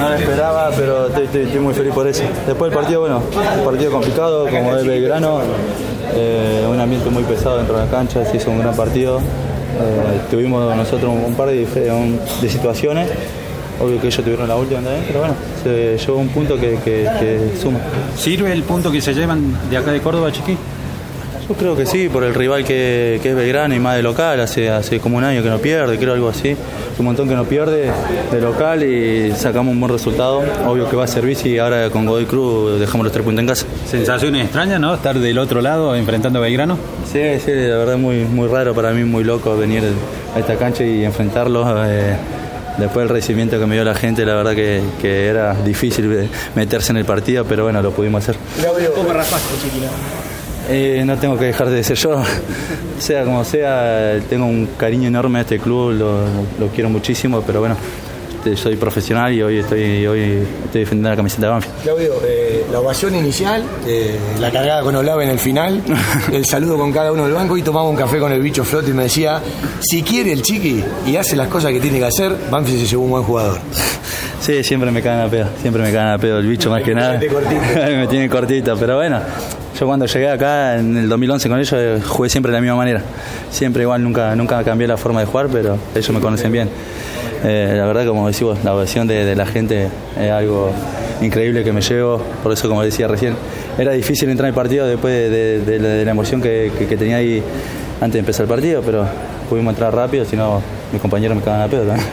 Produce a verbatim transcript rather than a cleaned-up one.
no lo esperaba, pero estoy, estoy, estoy muy feliz por eso. Después del partido, bueno, un partido complicado, como es Belgrano, eh, un ambiente muy pesado dentro de la cancha, se hizo un gran partido. Eh, tuvimos nosotros un, un par de, de situaciones, obvio que ellos tuvieron la última también, pero bueno, se llevó un punto que, que, que suma. ¿Sirve el punto que se llevan de acá de Córdoba, Chiqui? Yo creo que sí, por el rival que, que es Belgrano y más de local, hace, hace como un año que no pierde, creo algo así, un montón que no pierde de local y sacamos un buen resultado, obvio que va a servir si ahora con Godoy Cruz dejamos los tres puntos en casa. Sensaciones extrañas, ¿no? Estar del otro lado enfrentando a Belgrano. Sí, sí, la verdad muy, muy raro para mí, muy loco venir a esta cancha y enfrentarlos. Eh, Después del recibimiento que me dio la gente, la verdad que, que era difícil meterse en el partido, pero bueno, lo pudimos hacer. ¿Cómo raspaste, Chiqui? Eh, no tengo que dejar de ser yo, sea como sea, tengo un cariño enorme a este club, lo, lo quiero muchísimo, pero bueno, soy profesional y hoy estoy, hoy estoy defendiendo la camiseta de Banfield. Claudio, eh, la ovación inicial, eh, la cargada con Olave en el final, el saludo con cada uno del banco y tomamos un café con el bicho Flot y me decía, si quiere el Chiqui y hace las cosas que tiene que hacer, Banfield se llevó un buen jugador. Sí, siempre me caen a pedo, siempre me caen a pedo el bicho más que nada. Me tiene cortito, pero bueno. Yo cuando llegué acá en el dos mil once con ellos jugué siempre de la misma manera. Siempre igual, nunca, nunca cambié la forma de jugar, pero ellos me conocen bien. Eh, la verdad, como decimos, la ovación de, de la gente es algo increíble que me llevo. Por eso, como decía recién, era difícil entrar en el partido después de, de, de, de la emoción que, que, que tenía ahí antes de empezar el partido, pero pudimos entrar rápido, si no mis compañeros me cagan a pedo también.